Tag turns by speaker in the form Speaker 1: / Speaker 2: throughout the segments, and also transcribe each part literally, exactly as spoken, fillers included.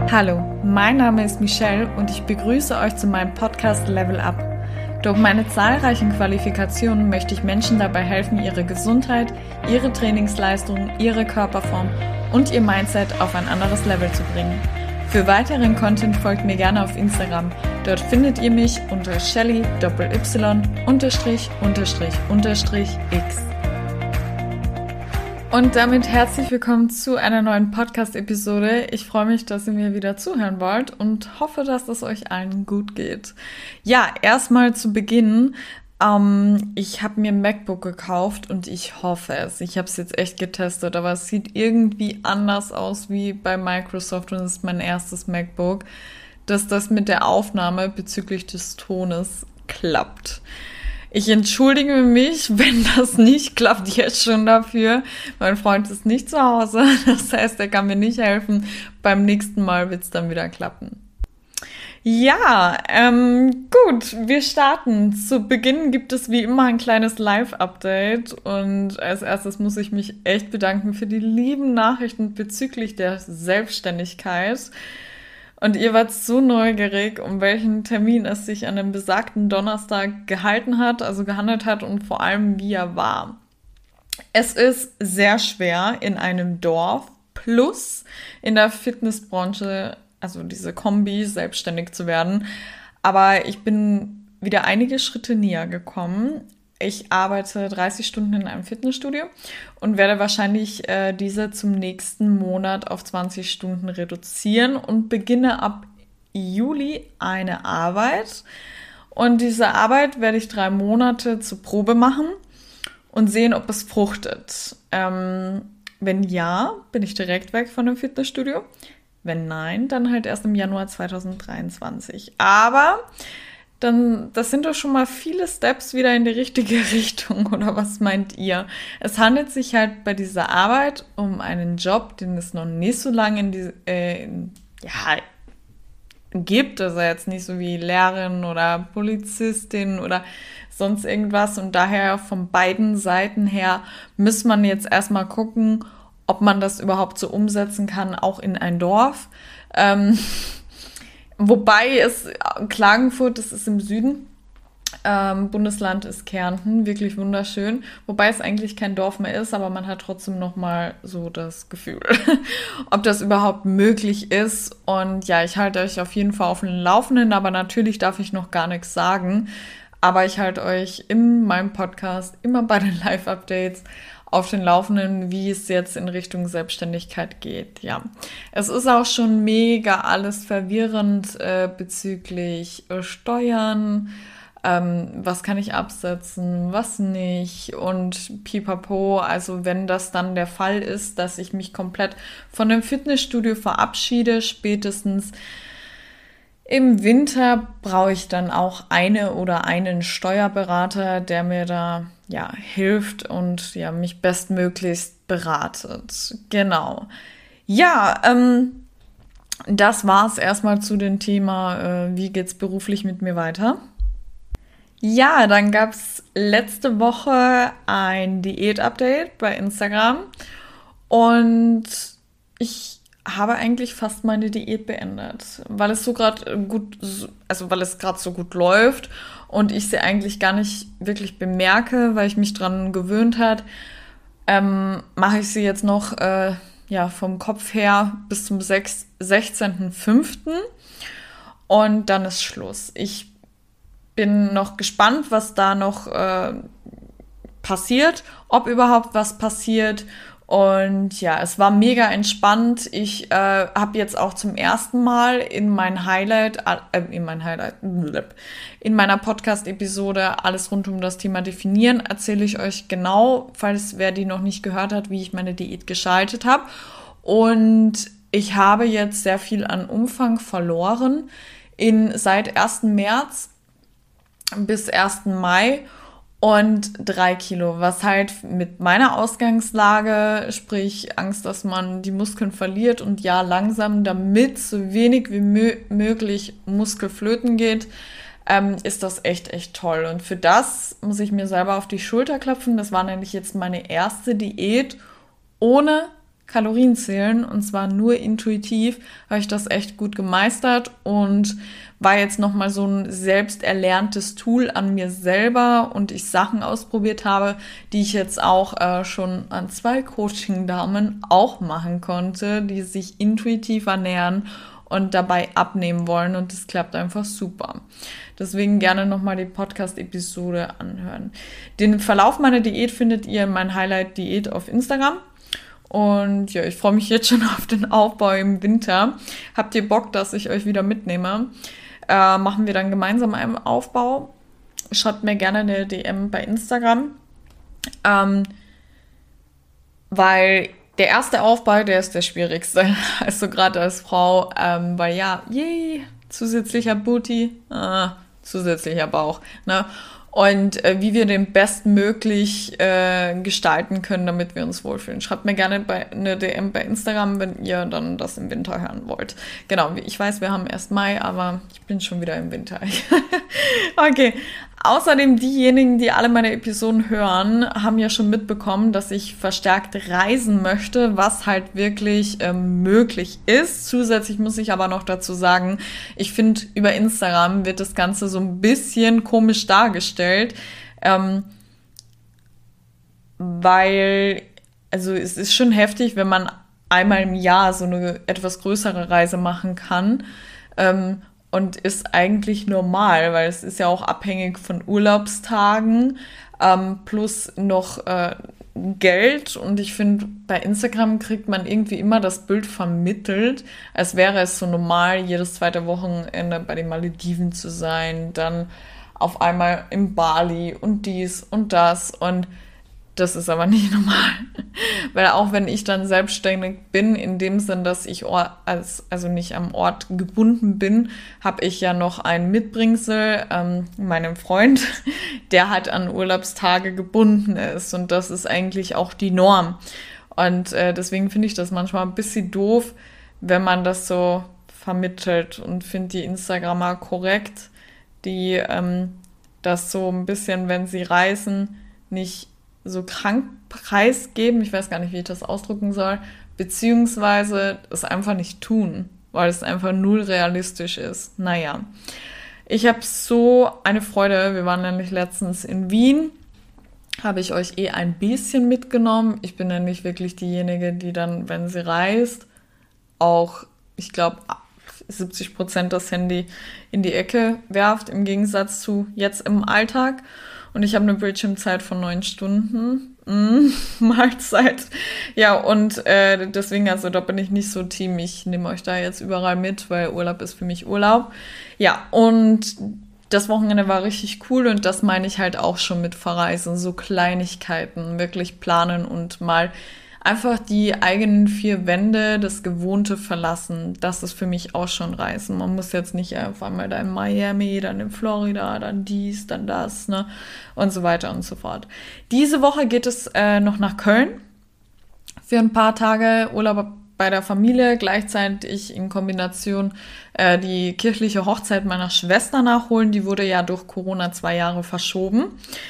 Speaker 1: Hallo, mein Name ist Michelle und ich begrüße euch zu meinem Podcast Level Up. Durch meine zahlreichen Qualifikationen möchte ich Menschen dabei helfen, ihre Gesundheit, ihre Trainingsleistung, ihre Körperform und ihr Mindset auf ein anderes Level zu bringen. Für weiteren Content folgt mir gerne auf Instagram. Dort findet ihr mich unter Shelly Y unterstrich unterstrich unterstrich X. Und damit herzlich willkommen zu einer neuen Podcast-Episode. Ich freue mich, dass ihr mir wieder zuhören wollt und hoffe, dass es euch allen gut geht. Ja, erstmal zu Beginn. Ähm, ich habe mir ein MacBook gekauft und ich hoffe es. Ich habe es jetzt echt getestet, aber es sieht irgendwie anders aus wie bei Microsoft und es ist mein erstes MacBook, dass das mit der Aufnahme bezüglich des Tones klappt. Ich entschuldige mich, wenn das nicht klappt, jetzt schon dafür. Mein Freund ist nicht zu Hause, das heißt, er kann mir nicht helfen. Beim nächsten Mal wird es dann wieder klappen. Ja, ähm, gut, wir starten. Zu Beginn gibt es wie immer ein kleines Live-Update und als erstes muss ich mich echt bedanken für die lieben Nachrichten bezüglich der Selbstständigkeit. Und ihr wart so neugierig, um welchen Termin es sich an dem besagten Donnerstag gehalten hat, also gehandelt hat und vor allem, wie er war. Es ist sehr schwer, in einem Dorf plus in der Fitnessbranche, also diese Kombi, selbstständig zu werden. Aber ich bin wieder einige Schritte näher gekommen. Ich arbeite dreißig Stunden in einem Fitnessstudio und werde wahrscheinlich äh, diese zum nächsten Monat auf zwanzig Stunden reduzieren und beginne ab Juli eine Arbeit. Und diese Arbeit werde ich drei Monate zur Probe machen und sehen, ob es fruchtet. Ähm, wenn ja, bin ich direkt weg von dem Fitnessstudio. Wenn nein, dann halt erst im Januar zwanzig dreiundzwanzig. Aber dann, das sind doch schon mal viele Steps wieder in die richtige Richtung, oder was meint ihr? Es handelt sich halt bei dieser Arbeit um einen Job, den es noch nicht so lange in die, äh, in, ja, gibt, also jetzt nicht so wie Lehrerin oder Polizistin oder sonst irgendwas und daher von beiden Seiten her muss man jetzt erstmal gucken, ob man das überhaupt so umsetzen kann, auch in ein Dorf. Ähm, Wobei es Klagenfurt, das ist im Süden, ähm, Bundesland ist Kärnten, wirklich wunderschön. Wobei es eigentlich kein Dorf mehr ist, aber man hat trotzdem nochmal so das Gefühl, ob das überhaupt möglich ist. Und ja, ich halte euch auf jeden Fall auf dem Laufenden, aber natürlich darf ich noch gar nichts sagen. Aber ich halte euch in meinem Podcast immer bei den Live-Updates auf den Laufenden, wie es jetzt in Richtung Selbstständigkeit geht. Ja, es ist auch schon mega alles verwirrend äh, bezüglich äh, Steuern, ähm, was kann ich absetzen, was nicht und pipapo. Also wenn das dann der Fall ist, dass ich mich komplett von dem Fitnessstudio verabschiede, spätestens im Winter brauche ich dann auch eine oder einen Steuerberater, der mir da ja hilft und ja mich bestmöglichst beratet. Genau. Ja, ähm, das war's erstmal zu dem Thema, äh, wie geht's beruflich mit mir weiter. Ja, dann gab's letzte Woche ein Diät-Update bei Instagram und ich habe eigentlich fast meine Diät beendet, weil es so gerade gut, also weil es gerade so gut läuft und ich sie eigentlich gar nicht wirklich bemerke, weil ich mich dran gewöhnt hat, ähm, mache ich sie jetzt noch äh, ja vom Kopf her bis zum sechzehnten fünften und dann ist Schluss. Ich bin noch gespannt, was da noch äh, passiert, ob überhaupt was passiert. Und ja, es war mega entspannt. Ich äh, habe jetzt auch zum ersten Mal in mein Highlight, äh, in mein Highlight, in meiner Podcast-Episode alles rund um das Thema Definieren erzähle ich euch genau, falls wer die noch nicht gehört hat, wie ich meine Diät geschaltet habe. Und ich habe jetzt sehr viel an Umfang verloren in seit ersten März bis ersten Mai. Und drei Kilo, was halt mit meiner Ausgangslage, sprich Angst, dass man die Muskeln verliert und ja langsam, damit so wenig wie mö- möglich Muskelflöten geht, ähm, ist das echt, echt toll. Und für das muss ich mir selber auf die Schulter klopfen. Das war nämlich jetzt meine erste Diät ohne Kalorien zählen und zwar nur intuitiv, habe ich das echt gut gemeistert und war jetzt nochmal so ein selbst erlerntes Tool an mir selber und ich Sachen ausprobiert habe, die ich jetzt auch äh, schon an zwei Coaching-Damen auch machen konnte, die sich intuitiv ernähren und dabei abnehmen wollen und das klappt einfach super. Deswegen gerne nochmal die Podcast-Episode anhören. Den Verlauf meiner Diät findet ihr in meinem Highlight-Diät auf Instagram. Und ja, ich freue mich jetzt schon auf den Aufbau im Winter. Habt ihr Bock, dass ich euch wieder mitnehme? Äh, machen wir dann gemeinsam einen Aufbau. Schreibt mir gerne eine D M bei Instagram. Ähm, weil der erste Aufbau, der ist der schwierigste. Also gerade als Frau, ähm, weil ja, yay, zusätzlicher Booty, äh, zusätzlicher Bauch, ne? Und äh, wie wir den bestmöglich äh, gestalten können, damit wir uns wohlfühlen. Schreibt mir gerne bei, eine D M bei Instagram, wenn ihr dann das im Winter hören wollt. Genau, ich weiß, wir haben erst Mai, aber ich bin schon wieder im Winter. Okay. Außerdem diejenigen, die alle meine Episoden hören, haben ja schon mitbekommen, dass ich verstärkt reisen möchte, was halt wirklich ähm, möglich ist. Zusätzlich muss ich aber noch dazu sagen, ich finde, über Instagram wird das Ganze so ein bisschen komisch dargestellt, ähm, weil, also es ist schon heftig, wenn man einmal im Jahr so eine etwas größere Reise machen kann, ähm, und ist eigentlich normal, weil es ist ja auch abhängig von Urlaubstagen ähm, plus noch äh, Geld. Und ich finde, bei Instagram kriegt man irgendwie immer das Bild vermittelt, als wäre es so normal, jedes zweite Wochenende bei den Malediven zu sein, dann auf einmal in Bali und dies und das und das ist aber nicht normal, weil auch wenn ich dann selbstständig bin, in dem Sinn, dass ich Ort, als, also nicht am Ort gebunden bin, habe ich ja noch ein Mitbringsel, ähm, meinem Freund, der halt an Urlaubstage gebunden ist und das ist eigentlich auch die Norm. Und äh, deswegen finde ich das manchmal ein bisschen doof, wenn man das so vermittelt und finde die Instagrammer korrekt, die ähm, das so ein bisschen, wenn sie reisen, nicht so krank preisgeben, ich weiß gar nicht, wie ich das ausdrücken soll, beziehungsweise es einfach nicht tun, weil es einfach null realistisch ist. Naja, ich habe so eine Freude, wir waren nämlich letztens in Wien, habe ich euch eh ein bisschen mitgenommen. Ich bin nämlich wirklich diejenige, die dann, wenn sie reist, auch, ich glaube, siebzig Prozent das Handy in die Ecke werft, im Gegensatz zu jetzt im Alltag. Und ich habe eine Bildschirmzeit von neun Stunden. Mm, Mahlzeit. Ja, und äh, deswegen, also da bin ich nicht so Team. Ich nehme euch da jetzt überall mit, weil Urlaub ist für mich Urlaub. Ja, und das Wochenende war richtig cool und das meine ich halt auch schon mit Verreisen. So Kleinigkeiten, wirklich planen und mal einfach die eigenen vier Wände, das Gewohnte verlassen, das ist für mich auch schon Reisen. Man muss jetzt nicht einfach mal da in Miami, dann in Florida, dann dies, dann das, ne, und so weiter und so fort. Diese Woche geht es äh, noch nach Köln für ein paar Tage Urlaub bei der Familie, gleichzeitig in Kombination äh, die kirchliche Hochzeit meiner Schwester nachholen. Die wurde ja durch Corona zwei Jahre verschoben.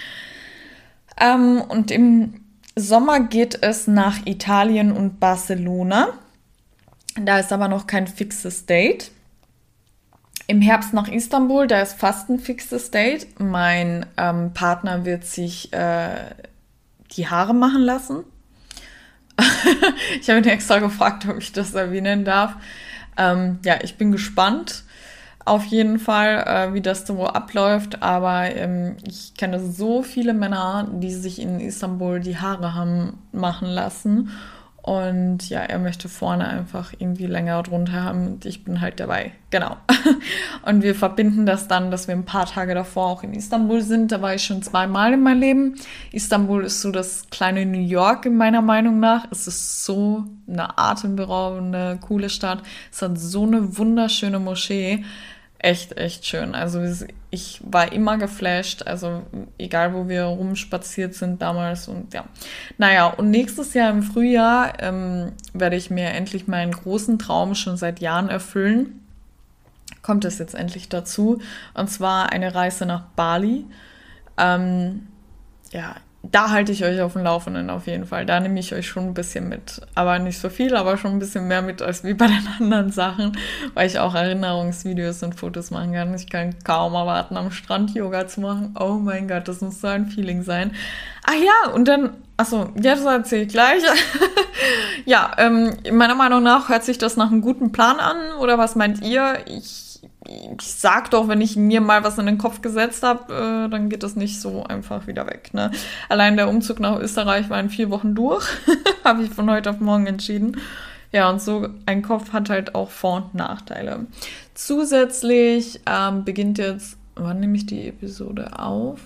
Speaker 1: Ähm, und im Sommer geht es nach Italien und Barcelona. Da ist aber noch kein fixes Date. Im Herbst nach Istanbul, da ist fast ein fixes Date. Mein ähm, Partner wird sich äh, die Haare machen lassen. Ich habe ihn extra gefragt, ob ich das erwähnen darf. Ähm, ja, ich bin gespannt. Auf jeden Fall, äh, wie das so abläuft, aber ähm, ich kenne so viele Männer, die sich in Istanbul die Haare haben machen lassen und ja, er möchte vorne einfach irgendwie länger drunter haben und ich bin halt dabei, genau. Und wir verbinden das dann, dass wir ein paar Tage davor auch in Istanbul sind, da war ich schon zweimal in meinem Leben. Istanbul ist so das kleine New York in meiner Meinung nach, es ist so eine atemberaubende, coole Stadt, es hat so eine wunderschöne Moschee. Echt, echt schön. Also ich war immer geflasht, also egal wo wir rumspaziert sind damals und ja. Naja, und nächstes Jahr im Frühjahr ähm, werde ich mir endlich meinen großen Traum schon seit Jahren erfüllen. Kommt es jetzt endlich dazu. Und zwar eine Reise nach Bali. Ähm, ja, da halte ich euch auf dem Laufenden auf jeden Fall. Da nehme ich euch schon ein bisschen mit. Aber nicht so viel, aber schon ein bisschen mehr mit als wie bei den anderen Sachen, weil ich auch Erinnerungsvideos und Fotos machen kann. Ich kann kaum erwarten, am Strand Yoga zu machen. Oh mein Gott, das muss so ein Feeling sein. Ach ja, und dann, achso, jetzt erzähle ich gleich. Ja, ähm, meiner Meinung nach hört sich das nach einem guten Plan an. Oder was meint ihr? Ich Ich sag doch, wenn ich mir mal was in den Kopf gesetzt habe, äh, dann geht das nicht so einfach wieder weg. Ne? Allein der Umzug nach Österreich war in vier Wochen durch. Habe ich von heute auf morgen entschieden. Ja, und so ein Kopf hat halt auch Vor- und Nachteile. Zusätzlich ähm, beginnt jetzt, wann nehme ich die Episode auf?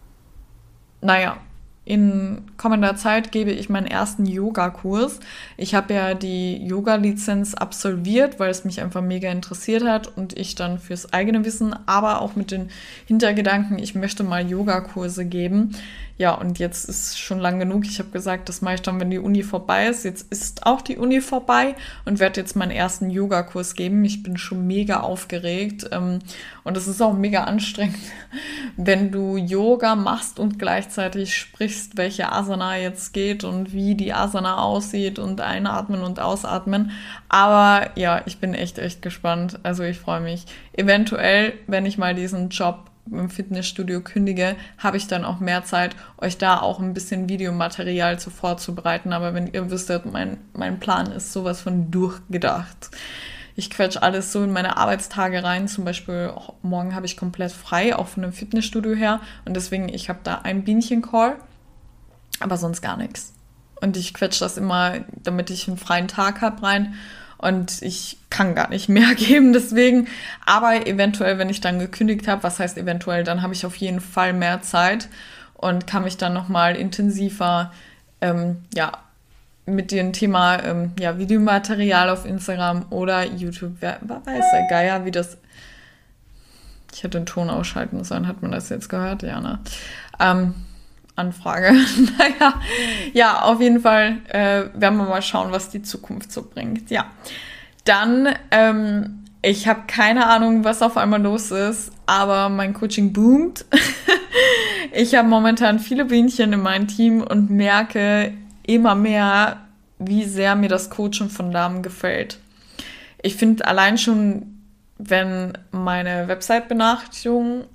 Speaker 1: Naja, in kommender Zeit gebe ich meinen ersten Yoga-Kurs. Ich habe ja die Yoga-Lizenz absolviert, weil es mich einfach mega interessiert hat und ich dann fürs eigene Wissen, aber auch mit den Hintergedanken, ich möchte mal Yoga-Kurse geben. Ja, und jetzt ist schon lang genug. Ich habe gesagt, das mache ich dann, wenn die Uni vorbei ist. Jetzt ist auch die Uni vorbei und werde jetzt meinen ersten Yoga-Kurs geben. Ich bin schon mega aufgeregt und es ist auch mega anstrengend, wenn du Yoga machst und gleichzeitig sprichst, welche Asana jetzt geht und wie die Asana aussieht und einatmen und ausatmen. Aber ja, ich bin echt, echt gespannt. Also ich freue mich. Eventuell, wenn ich mal diesen Job im Fitnessstudio kündige, habe ich dann auch mehr Zeit, euch da auch ein bisschen Videomaterial zu vorzubereiten. Aber wenn ihr wüsstet, mein, mein Plan ist sowas von durchgedacht. Ich quetsche alles so in meine Arbeitstage rein. Zum Beispiel morgen habe ich komplett frei, auch von dem Fitnessstudio her. Und deswegen, ich habe da ein Bienchen-Call, aber sonst gar nichts. Und ich quetsche das immer, damit ich einen freien Tag habe, rein. Und ich kann gar nicht mehr geben deswegen. Aber eventuell, wenn ich dann gekündigt habe, was heißt eventuell, dann habe ich auf jeden Fall mehr Zeit und kann mich dann nochmal intensiver ähm, ja, mit dem Thema ähm, ja, Videomaterial auf Instagram oder YouTube, wer weiß der Geier, wie das... Ich hätte den Ton ausschalten sollen, hat man das jetzt gehört? Ja, ne? Ähm, Anfrage. Naja, ja, auf jeden Fall äh, werden wir mal schauen, was die Zukunft so bringt. Ja, dann, ähm, ich habe keine Ahnung, was auf einmal los ist, aber mein Coaching boomt. Ich habe momentan viele Bienchen in meinem Team und merke immer mehr, wie sehr mir das Coaching von Damen gefällt. Ich finde allein schon, wenn meine Website-Benachrichtigung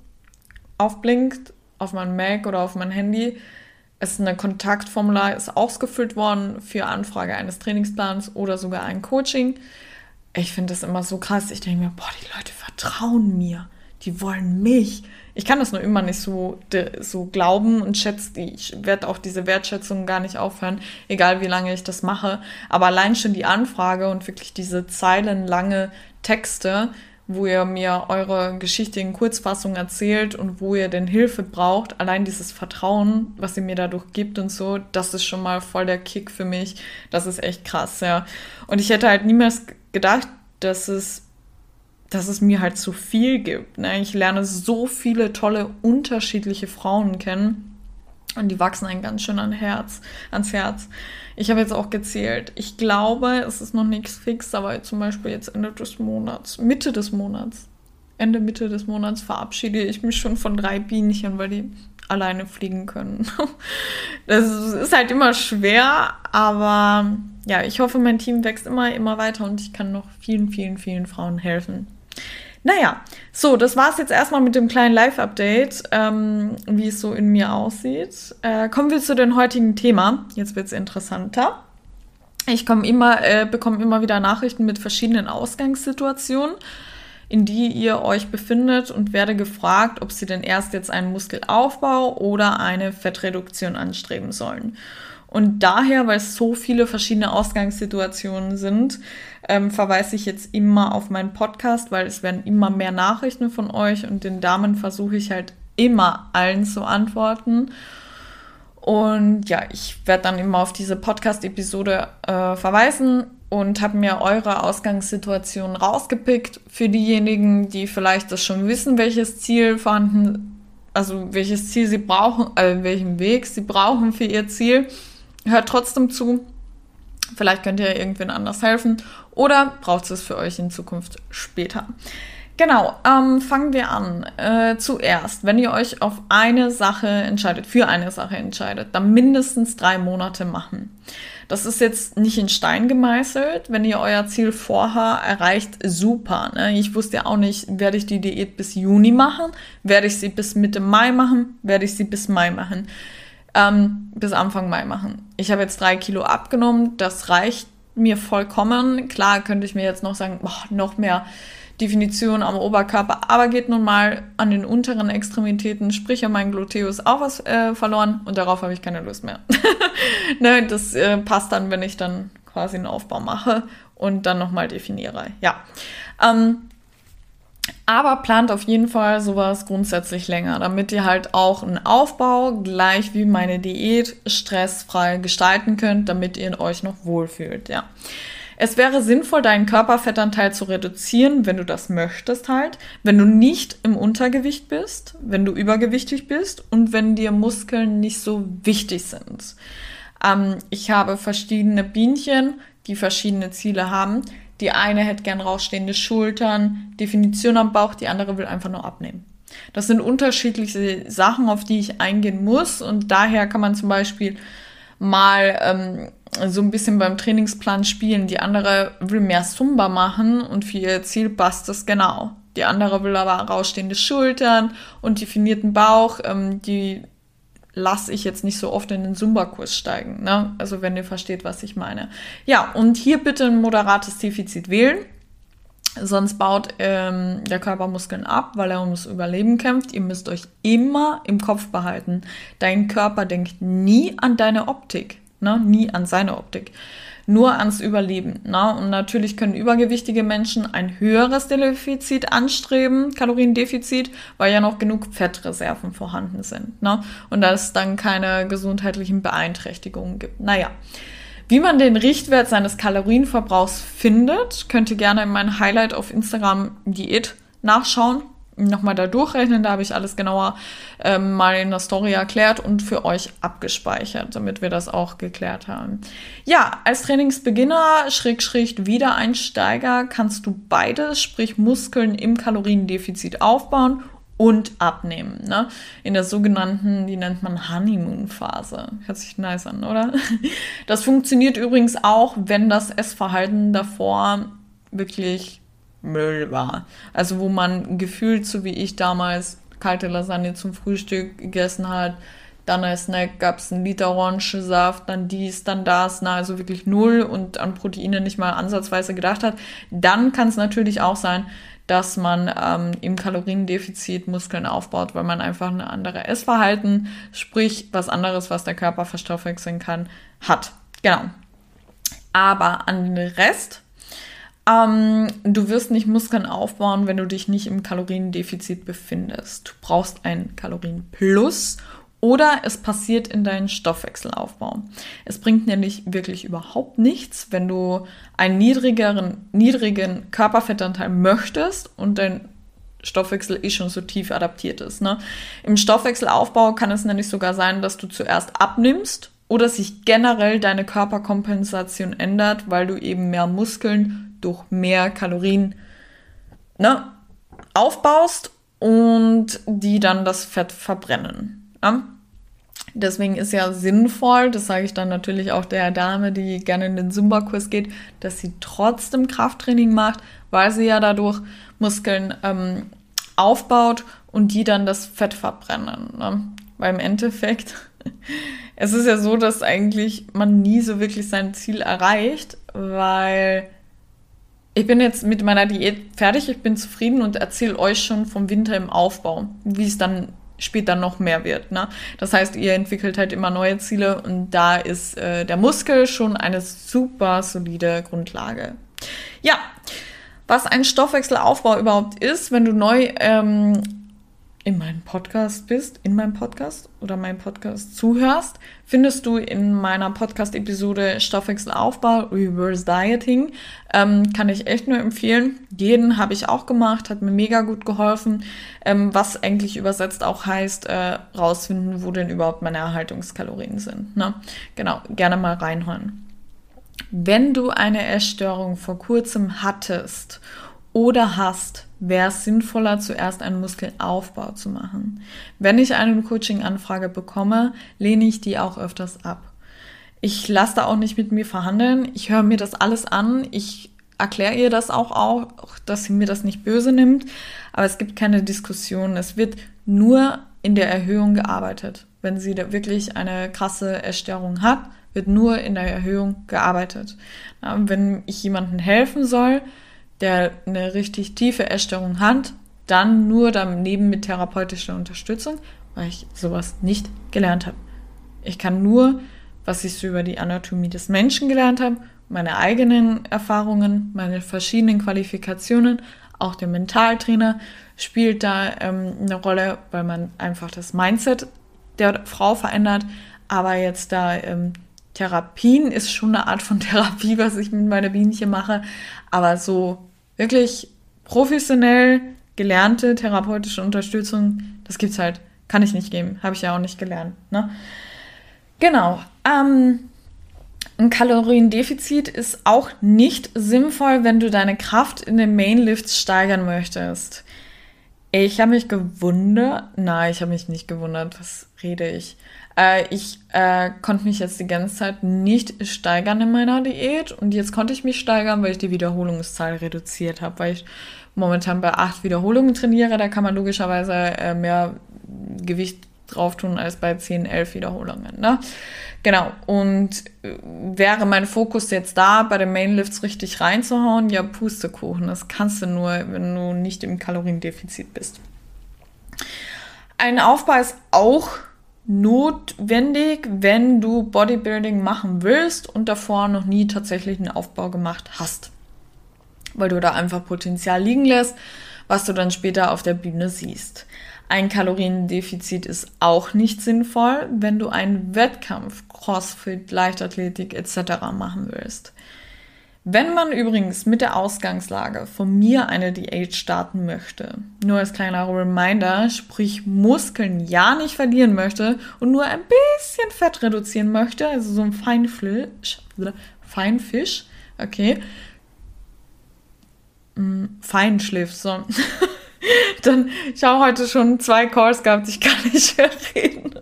Speaker 1: aufblinkt, auf meinem Mac oder auf mein Handy, ist ein Kontaktformular ist ausgefüllt worden für Anfrage eines Trainingsplans oder sogar ein Coaching. Ich finde das immer so krass. Ich denke mir, boah, die Leute vertrauen mir. Die wollen mich. Ich kann das nur immer nicht so, so glauben und schätze, ich werde auch diese Wertschätzung gar nicht aufhören, egal wie lange ich das mache. Aber allein schon die Anfrage und wirklich diese zeilenlange Texte, wo ihr mir eure Geschichte in Kurzfassung erzählt und wo ihr denn Hilfe braucht, allein dieses Vertrauen, was ihr mir dadurch gibt und so, das ist schon mal voll der Kick für mich. Das ist echt krass, ja. Und ich hätte halt niemals gedacht, dass es, dass es mir halt so viel gibt. Ne? Ich lerne so viele tolle, unterschiedliche Frauen kennen. Und die wachsen ein ganz schön an Herz, ans Herz. Ich habe jetzt auch gezählt. Ich glaube, es ist noch nichts fix, aber zum Beispiel jetzt Ende des Monats, Mitte des Monats, Ende, Mitte des Monats verabschiede ich mich schon von drei Bienchen, weil die alleine fliegen können. Das ist halt immer schwer, aber ja, ich hoffe, mein Team wächst immer, immer weiter und ich kann noch vielen, vielen, vielen Frauen helfen. Naja, so, das war's jetzt erstmal mit dem kleinen Live-Update, ähm, wie es so in mir aussieht. Äh, kommen wir zu dem heutigen Thema. Jetzt wird's interessanter. Ich komme immer, äh, bekomme immer wieder Nachrichten mit verschiedenen Ausgangssituationen, in die ihr euch befindet und werde gefragt, ob sie denn erst jetzt einen Muskelaufbau oder eine Fettreduktion anstreben sollen. Und daher, weil es so viele verschiedene Ausgangssituationen sind, ähm, verweise ich jetzt immer auf meinen Podcast, weil es werden immer mehr Nachrichten von euch und den Damen versuche ich halt immer allen zu antworten. Und ja, ich werde dann immer auf diese Podcast-Episode äh, verweisen und habe mir eure Ausgangssituation rausgepickt für diejenigen, die vielleicht das schon wissen, welches Ziel vorhanden, also welches Ziel sie brauchen, äh, welchen Weg sie brauchen für ihr Ziel. Hört trotzdem zu. Vielleicht könnt ihr irgendwen anders helfen oder braucht es für euch in Zukunft später. Genau, ähm, fangen wir an. Äh, zuerst, wenn ihr euch auf eine Sache entscheidet, für eine Sache entscheidet, dann mindestens drei Monate machen. Das ist jetzt nicht in Stein gemeißelt. Wenn ihr euer Ziel vorher erreicht, super. Ne? Ich wusste ja auch nicht, werde ich die Diät bis Juni machen? Werde ich sie bis Mitte Mai machen? Werde ich sie bis Mai machen? Ähm, bis Anfang Mai machen. Ich habe jetzt drei Kilo abgenommen. Das reicht mir vollkommen. Klar könnte ich mir jetzt noch sagen, boah, noch mehr Definition am Oberkörper, aber geht nun mal an den unteren Extremitäten, sprich an meinen Gluteus auch was äh, verloren und darauf habe ich keine Lust mehr. Ne, das äh, passt dann, wenn ich dann quasi einen Aufbau mache und dann nochmal definiere. Ja, ähm, aber plant auf jeden Fall sowas grundsätzlich länger, damit ihr halt auch einen Aufbau, gleich wie meine Diät, stressfrei gestalten könnt, damit ihr euch noch wohlfühlt, ja. Es wäre sinnvoll, deinen Körperfettanteil zu reduzieren, wenn du das möchtest halt, wenn du nicht im Untergewicht bist, wenn du übergewichtig bist und wenn dir Muskeln nicht so wichtig sind. Ähm, ich habe verschiedene Bienchen, die verschiedene Ziele haben. Die eine hätte gern rausstehende Schultern, Definition am Bauch, die andere will einfach nur abnehmen. Das sind unterschiedliche Sachen, auf die ich eingehen muss und daher kann man zum Beispiel mal ähm, so ein bisschen beim Trainingsplan spielen. Die andere will mehr Zumba machen und für ihr Ziel passt das genau. Die andere will aber rausstehende Schultern und definierten Bauch. Ähm, die lasse ich jetzt nicht so oft in den Zumba-Kurs steigen. Ne? Also wenn ihr versteht, was ich meine. Ja, und hier bitte ein moderates Defizit wählen. Sonst baut ähm, der Körper Muskeln ab, weil er ums Überleben kämpft. Ihr müsst euch immer im Kopf behalten. Dein Körper denkt nie an deine Optik. Ne? Nie an seine Optik, nur ans Überleben. Ne? Und natürlich können übergewichtige Menschen ein höheres Defizit anstreben, Kaloriendefizit, weil ja noch genug Fettreserven vorhanden sind. Ne? Und dass es dann keine gesundheitlichen Beeinträchtigungen gibt. Naja, wie man den Richtwert seines Kalorienverbrauchs findet, könnt ihr gerne in meinem Highlight auf Instagram Diät nachschauen. Nochmal da durchrechnen, da habe ich alles genauer ähm, mal in der Story erklärt und für euch abgespeichert, damit wir das auch geklärt haben. Ja, als Trainingsbeginner, Schrägstrich Wiedereinsteiger, kannst du beides, sprich Muskeln im Kaloriendefizit aufbauen und abnehmen, ne? In der sogenannten, die nennt man Honeymoon-Phase. Hört sich nice an, oder? Das funktioniert übrigens auch, wenn das Essverhalten davor wirklich Müll war. Also wo man gefühlt, so wie ich damals, kalte Lasagne zum Frühstück gegessen hat, dann als Snack gab es einen Liter Orangensaft, dann dies, dann das, na, also wirklich null und an Proteine nicht mal ansatzweise gedacht hat, dann kann es natürlich auch sein, dass man ähm, im Kaloriendefizit Muskeln aufbaut, weil man einfach ein anderes Essverhalten, sprich was anderes, was der Körper verstoffwechseln kann, hat. Genau. Aber an den Rest, Ähm, du wirst nicht Muskeln aufbauen, wenn du dich nicht im Kaloriendefizit befindest. Du brauchst einen Kalorienplus oder es passiert in deinen Stoffwechselaufbau. Es bringt nämlich wirklich überhaupt nichts, wenn du einen niedrigeren, niedrigen Körperfettanteil möchtest und dein Stoffwechsel eh schon so tief adaptiert ist. Ne? Im Stoffwechselaufbau kann es nämlich sogar sein, dass du zuerst abnimmst oder sich generell deine Körperkompensation ändert, weil du eben mehr Muskeln durch mehr Kalorien ne, aufbaust und die dann das Fett verbrennen. Ja? Deswegen ist ja sinnvoll, das sage ich dann natürlich auch der Dame, die gerne in den Zumba-Kurs geht, dass sie trotzdem Krafttraining macht, weil sie ja dadurch Muskeln ähm, aufbaut und die dann das Fett verbrennen. Ne? Weil im Endeffekt, es ist ja so, dass eigentlich man nie so wirklich sein Ziel erreicht, weil ich bin jetzt mit meiner Diät fertig, ich bin zufrieden und erzähle euch schon vom Winter im Aufbau, wie es dann später noch mehr wird. Ne? Das heißt, ihr entwickelt halt immer neue Ziele und da ist äh, der Muskel schon eine super solide Grundlage. Ja, was ein Stoffwechselaufbau überhaupt ist, wenn du neu ähm, in meinem Podcast bist, in meinem Podcast oder meinem Podcast zuhörst, findest du in meiner Podcast-Episode Stoffwechselaufbau, Reverse Dieting. Ähm, kann ich echt nur empfehlen. Jeden habe ich auch gemacht, hat mir mega gut geholfen. Ähm, was eigentlich übersetzt auch heißt, äh, rausfinden, wo denn überhaupt meine Erhaltungskalorien sind. Ne? Genau, gerne mal reinhören. Wenn du eine Essstörung vor kurzem hattest oder hast, wäre es sinnvoller, zuerst einen Muskelaufbau zu machen. Wenn ich eine Coaching-Anfrage bekomme, lehne ich die auch öfters ab. Ich lasse da auch nicht mit mir verhandeln. Ich höre mir das alles an. Ich erkläre ihr das auch, auch, dass sie mir das nicht böse nimmt. Aber es gibt keine Diskussion. Es wird nur in der Erhöhung gearbeitet. Wenn sie da wirklich eine krasse Essstörung hat, wird nur in der Erhöhung gearbeitet. Ja, wenn ich jemandem helfen soll, der eine richtig tiefe Essstörung hat, dann nur daneben mit therapeutischer Unterstützung, weil ich sowas nicht gelernt habe. Ich kann nur, was ich so über die Anatomie des Menschen gelernt habe, meine eigenen Erfahrungen, meine verschiedenen Qualifikationen, auch der Mentaltrainer spielt da ähm, eine Rolle, weil man einfach das Mindset der Frau verändert. Aber jetzt da ähm, Therapien ist schon eine Art von Therapie, was ich mit meiner Bienchen mache. Aber so wirklich professionell gelernte therapeutische Unterstützung, das gibt's halt, kann ich nicht geben. Habe ich ja auch nicht gelernt. Ne? Genau. Ähm, ein Kaloriendefizit ist auch nicht sinnvoll, wenn du deine Kraft in den Mainlifts steigern möchtest. Ich habe mich gewundert, nein, ich habe mich nicht gewundert, was rede ich? Äh, ich äh, konnte mich jetzt die ganze Zeit nicht steigern in meiner Diät und jetzt konnte ich mich steigern, weil ich die Wiederholungszahl reduziert habe, weil ich momentan bei acht Wiederholungen trainiere, da kann man logischerweise äh, mehr Gewicht drauf tun als bei zehn, elf Wiederholungen, ne? Genau, und äh, wäre mein Fokus jetzt da, bei den Mainlifts richtig reinzuhauen, ja, Pustekuchen, das kannst du nur, wenn du nicht im Kaloriendefizit bist. Ein Aufbau ist auch notwendig, wenn du Bodybuilding machen willst und davor noch nie tatsächlich einen Aufbau gemacht hast, weil du da einfach Potenzial liegen lässt, was du dann später auf der Bühne siehst. Ein Kaloriendefizit ist auch nicht sinnvoll, wenn du einen Wettkampf, Crossfit, Leichtathletik et cetera machen willst. Wenn man übrigens mit der Ausgangslage von mir eine Diät starten möchte, nur als kleiner Reminder, sprich Muskeln ja nicht verlieren möchte und nur ein bisschen Fett reduzieren möchte, also so ein Feinfisch, Feinfisch, okay, Feinschliff, so. Dann, ich habe heute schon zwei Calls gehabt, ich kann nicht mehr reden.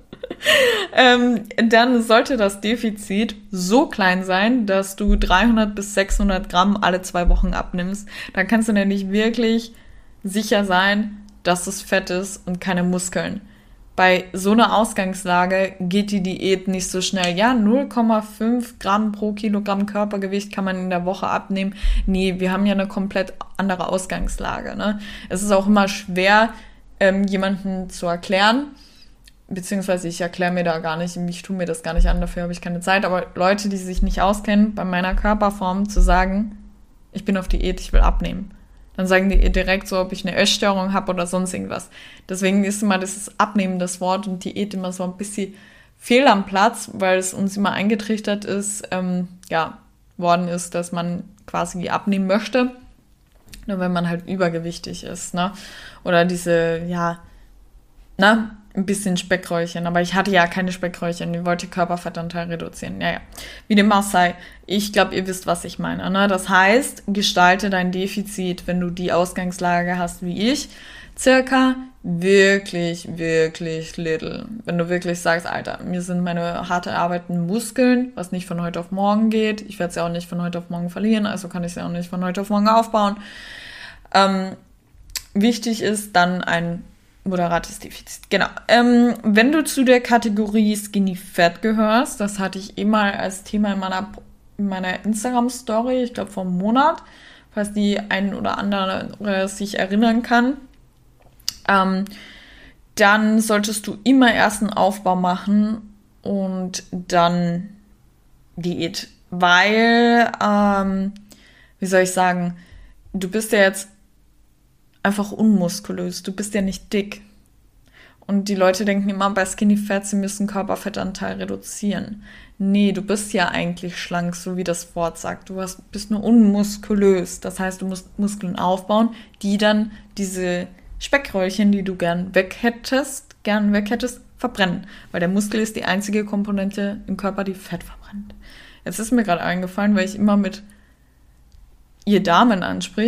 Speaker 1: ähm, dann sollte das Defizit so klein sein, dass du dreihundert bis sechshundert Gramm alle zwei Wochen abnimmst. Dann kannst du nämlich wirklich sicher sein, dass es Fett ist und keine Muskeln. Bei so einer Ausgangslage geht die Diät nicht so schnell. Ja, null Komma fünf Gramm pro Kilogramm Körpergewicht kann man in der Woche abnehmen. Nee, wir haben ja eine komplett andere Ausgangslage. Ne? Es ist auch immer schwer, ähm, jemanden zu erklären, beziehungsweise ich erkläre mir da gar nicht, ich tue mir das gar nicht an, dafür habe ich keine Zeit. Aber Leute, die sich nicht auskennen, bei meiner Körperform zu sagen, ich bin auf Diät, ich will abnehmen. Dann sagen die direkt so, ob ich eine Essstörung habe oder sonst irgendwas. Deswegen ist immer dieses Abnehmen das Wort und Diät immer so ein bisschen fehl am Platz, weil es uns immer eingetrichtert ist, ähm, ja, worden ist, dass man quasi abnehmen möchte, nur wenn man halt übergewichtig ist, ne? Oder diese, ja, ne, ein bisschen Speckröllchen, aber ich hatte ja keine Speckröllchen, ich wollte Körperfettanteil reduzieren, ja, ja. Wie dem auch sei, ich glaube, ihr wisst, was ich meine, ne? Das heißt, gestalte dein Defizit, wenn du die Ausgangslage hast wie ich, circa wirklich, wirklich little. Wenn du wirklich sagst, Alter, mir sind meine hart erarbeiteten Muskeln, was nicht von heute auf morgen geht, ich werde es ja auch nicht von heute auf morgen verlieren, also kann ich es ja auch nicht von heute auf morgen aufbauen. Ähm, wichtig ist dann ein moderates Defizit. Genau. Ähm, wenn du zu der Kategorie Skinny Fat gehörst, das hatte ich eh mal als Thema in meiner, in meiner Instagram-Story, ich glaube vor einem Monat, falls die ein oder andere sich erinnern kann, ähm, dann solltest du immer erst einen Aufbau machen und dann Diät. Weil, ähm, wie soll ich sagen, du bist ja jetzt einfach unmuskulös. Du bist ja nicht dick. Und die Leute denken immer bei Skinny Fat, sie müssen Körperfettanteil reduzieren. Nee, du bist ja eigentlich schlank, so wie das Wort sagt. Du hast, bist nur unmuskulös. Das heißt, du musst Muskeln aufbauen, die dann diese Speckröllchen, die du gern weg hättest, gern weg hättest, verbrennen. Weil der Muskel ist die einzige Komponente im Körper, die Fett verbrennt. Jetzt ist mir gerade eingefallen, weil ich immer mit ihr Damen anspricht,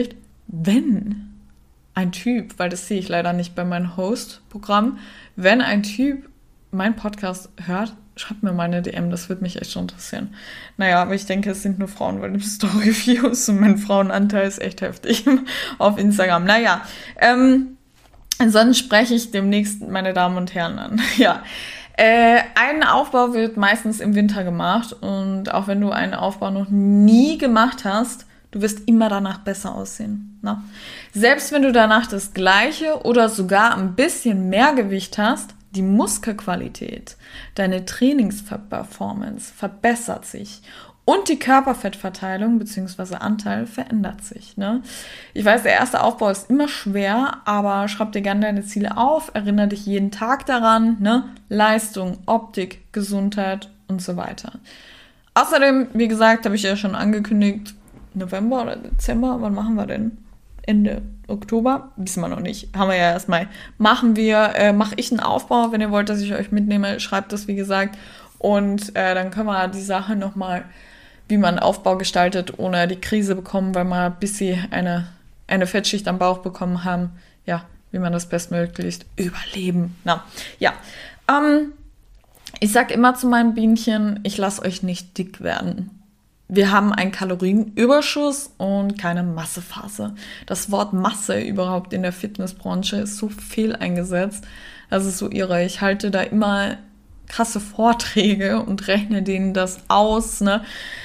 Speaker 1: wenn ein Typ, weil das sehe ich leider nicht bei meinem Host-Programm, wenn ein Typ meinen Podcast hört, schreibt mir mal eine D M, das würde mich echt schon interessieren. Naja, aber ich denke, es sind nur Frauen, weil die Story-Views und mein Frauenanteil ist echt heftig auf Instagram. Naja, ähm, ansonsten spreche ich demnächst meine Damen und Herren an. Ja, äh, ein Aufbau wird meistens im Winter gemacht und auch wenn du einen Aufbau noch nie gemacht hast, du wirst immer danach besser aussehen. Ne? Selbst wenn du danach das Gleiche oder sogar ein bisschen mehr Gewicht hast, die Muskelqualität, deine Trainingsperformance verbessert sich und die Körperfettverteilung bzw. Anteil verändert sich. Ne? Ich weiß, der erste Aufbau ist immer schwer, aber schreib dir gerne deine Ziele auf, erinnere dich jeden Tag daran, ne? Leistung, Optik, Gesundheit und so weiter. Außerdem, wie gesagt, habe ich ja schon angekündigt, November oder Dezember, wann machen wir denn? Ende Oktober? Wissen wir noch nicht. Haben wir ja erstmal. Machen wir, äh, mache ich einen Aufbau. Wenn ihr wollt, dass ich euch mitnehme, schreibt das, wie gesagt. Und äh, dann können wir die Sache nochmal, wie man einen Aufbau gestaltet, ohne die Krise bekommen, weil wir bis sie eine, eine Fettschicht am Bauch bekommen haben. Ja, wie man das bestmöglichst überleben. Na, ja. Ähm, ich sag immer zu meinen Bienchen, ich lasse euch nicht dick werden. Wir haben einen Kalorienüberschuss und keine Massephase. Das Wort Masse überhaupt in der Fitnessbranche ist so viel eingesetzt. Das ist so irre. Ich halte da immer krasse Vorträge und rechne denen das aus, ne?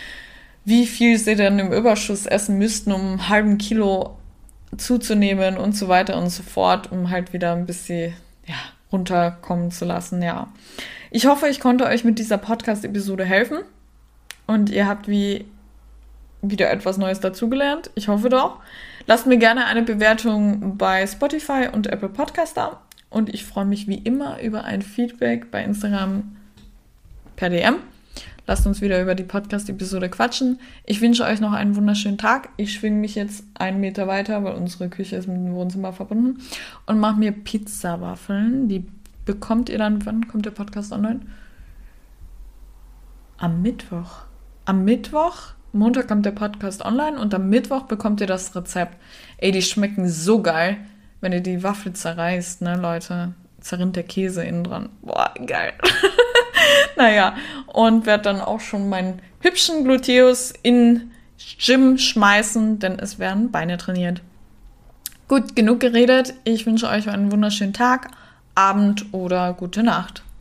Speaker 1: Wie viel sie denn im Überschuss essen müssten, um einen halben Kilo zuzunehmen und so weiter und so fort, um halt wieder ein bisschen ja, runterkommen zu lassen. Ja. Ich hoffe, ich konnte euch mit dieser Podcast-Episode helfen. Und ihr habt wie wieder etwas Neues dazugelernt. Ich hoffe doch. Lasst mir gerne eine Bewertung bei Spotify und Apple Podcast da. Und ich freue mich wie immer über ein Feedback bei Instagram per D M. Lasst uns wieder über die Podcast-Episode quatschen. Ich wünsche euch noch einen wunderschönen Tag. Ich schwinge mich jetzt einen Meter weiter, weil unsere Küche ist mit dem Wohnzimmer verbunden. Und mache mir Pizzawaffeln. Die bekommt ihr dann, wann kommt der Podcast online? Am Mittwoch. Am Mittwoch, Montag kommt der Podcast online und am Mittwoch bekommt ihr das Rezept. Ey, die schmecken so geil, wenn ihr die Waffel zerreißt, ne, Leute. Zerrinnt der Käse innen dran. Boah, geil. Naja, und werde dann auch schon meinen hübschen Gluteus in Gym schmeißen, denn es werden Beine trainiert. Gut, genug geredet. Ich wünsche euch einen wunderschönen Tag, Abend oder gute Nacht.